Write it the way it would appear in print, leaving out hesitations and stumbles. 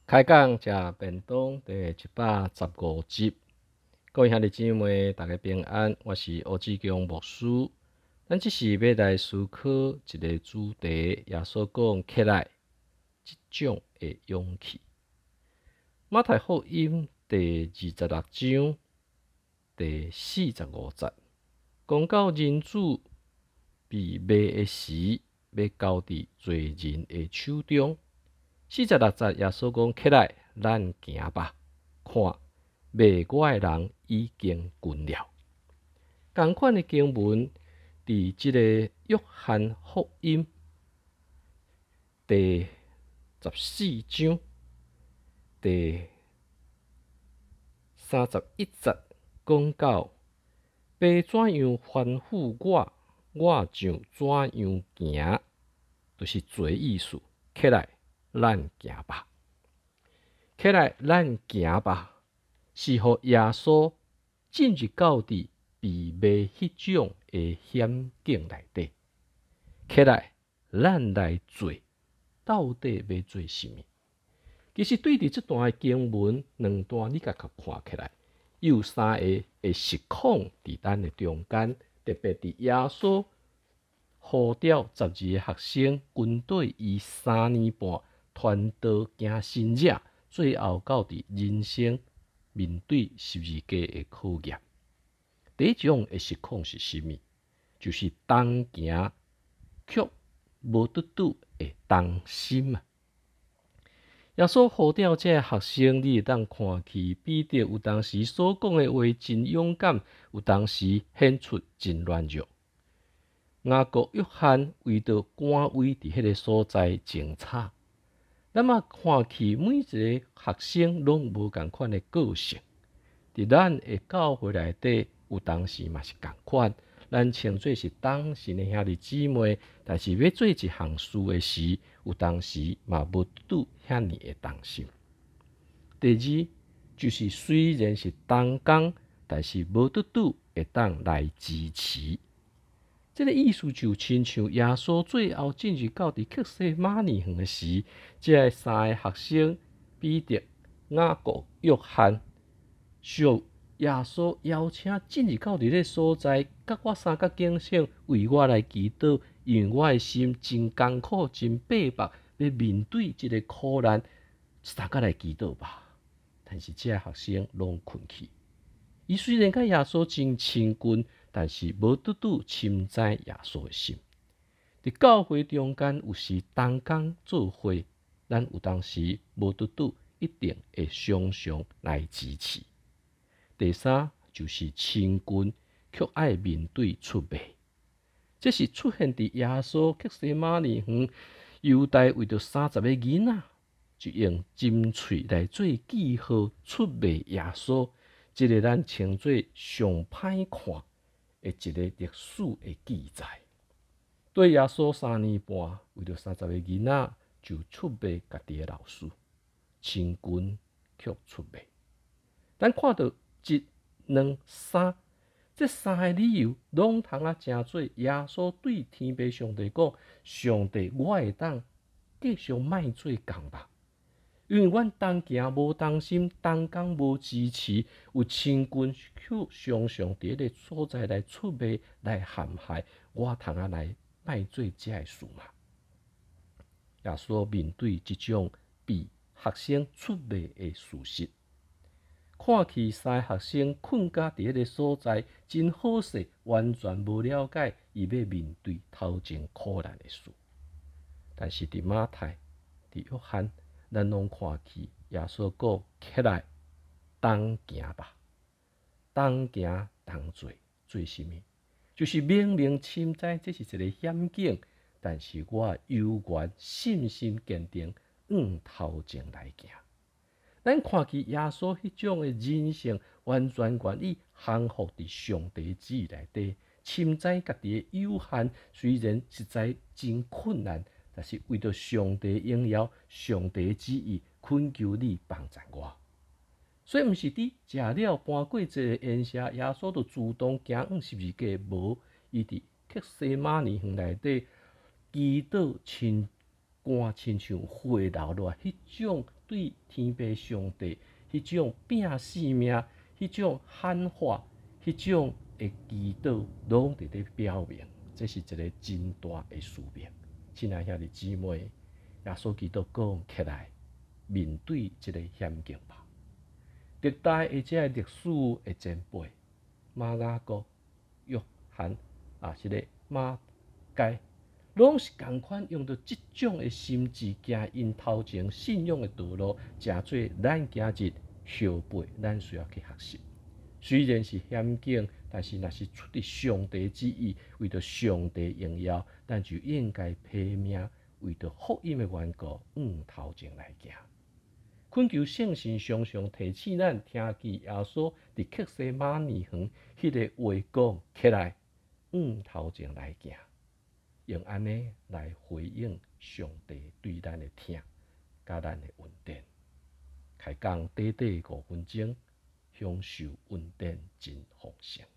开讲食便当第115集，各位兄弟姊妹，大家平安。我是欧志强牧师。咱即是要来思考一个主题，耶稣讲起来，即种的勇气。马太福音第26章第45节，讲到人子被卖的时，要交伫罪人的手中。46节，耶稣讲起来，咱行吧。看，卖我的人已经近了。同款的经文，伫即个约翰福音第14章第31节，讲到要怎样吩咐我，我就怎样行，就是做意思。起来，咱行吧。起来，咱行吧，是互耶稣进入到伫被卖迄种的险境内底。起来，咱来做，到底要做什么？其实对伫这段的经文，两段你甲看起来，有三个的实况伫咱的中间，特别伫耶稣呼召12个学生，军队以3年半传道行神迹，最后到伫人生面对12架的考验。第一种的实况是什么？就是当行却无拄的当心啊！耶稣呼召这学生，你会当看去彼得有当时所讲的话真勇敢，有当时显出真软弱。雅各、约翰为着官位伫迄个所在争吵。咱嘛看去每一个学生拢无共款的个性。伫咱的教会内底，有当时嘛是共款。咱称做是当时的兄弟姊妹，但是要做一项事的时，有当时嘛无拄遐尼的当心。第二就是虽然是同工，但是无拄会当来支持。这个意思就亲像耶稣最后进入到伫克西马尼园的时，这三个学生彼得、雅各、约翰，受耶稣邀请进入到伫个所在，甲我三角警醒，为我来祈祷，因为我的心真艰苦、真逼迫，要面对这个苦难，三角来祈祷吧。但是这学生拢困去。伊虽然甲耶稣真亲近，但是无拄深知耶稣的心。伫教会中间有时同工做伙，咱有当时无拄一定会常常来支持。第三就是亲近，却爱面对出卖。这是出现伫耶稣克西马尼园，犹大为着30个囡仔，就用金喙来做记号出卖耶稣。这个咱称做上歹看的一个历史的记载。对耶稣3年半，为着30个囡仔，就出卖家己的老师，亲近却出卖。咱看到1、2、3这三个理由，拢通真做耶稣对天父上帝讲：上帝，我会当继续莫做工吧。因为阮同行无同心，同工无支持，有亲近却常常伫迄个所在来出卖、来陷害，我通来莫做这个事嘛。耶稣面对这种被学生出卖的事实，看起三个学生困甲伫迄个所在，真好势，完全无了解伊要面对头前苦难的事。但是伫马太、伫约翰，咱拢看去耶稣讲起来，当行吧，当行当做，做什么？就是明明深知这是一个险境，但是我犹原信心坚定，往头前来行。咱看去耶稣迄种的人性，完全愿意降服伫上帝旨意内底，深知家己的有限，虽然实在真困难。但是为着上帝荣耀、上帝旨意，恳求你帮助我。所以毋是伫食了搬过节的宴舍，耶稣就自动行往12架，无伊伫克西马尼园内底祈祷，亲肝亲像火流落来，迄种对天父上帝，迄种拼生命，迄种喊话，迄种的祈祷，拢伫咧表明，这是一个真大的使命。亲爱兄弟姊妹，耶稣基督讲起来，面对这个险境吧。历代的这历史的前辈，马雅各、约翰这个马该，拢是共款用着即种的心志，行因头前信仰的道路，诚做咱今日后辈，咱需要去学习。虽然是险境，但是若是出于上帝旨意，为着上帝荣耀，咱就应该拼命，为着福音的缘故，往头前来行。恳求圣神常常提醒咱，听见耶稣伫克西马尼园迄个话讲起来，往头前来行，用安尼来回应上帝对咱的听，甲咱的恩典。开讲短短5分钟，享受恩典真丰盛。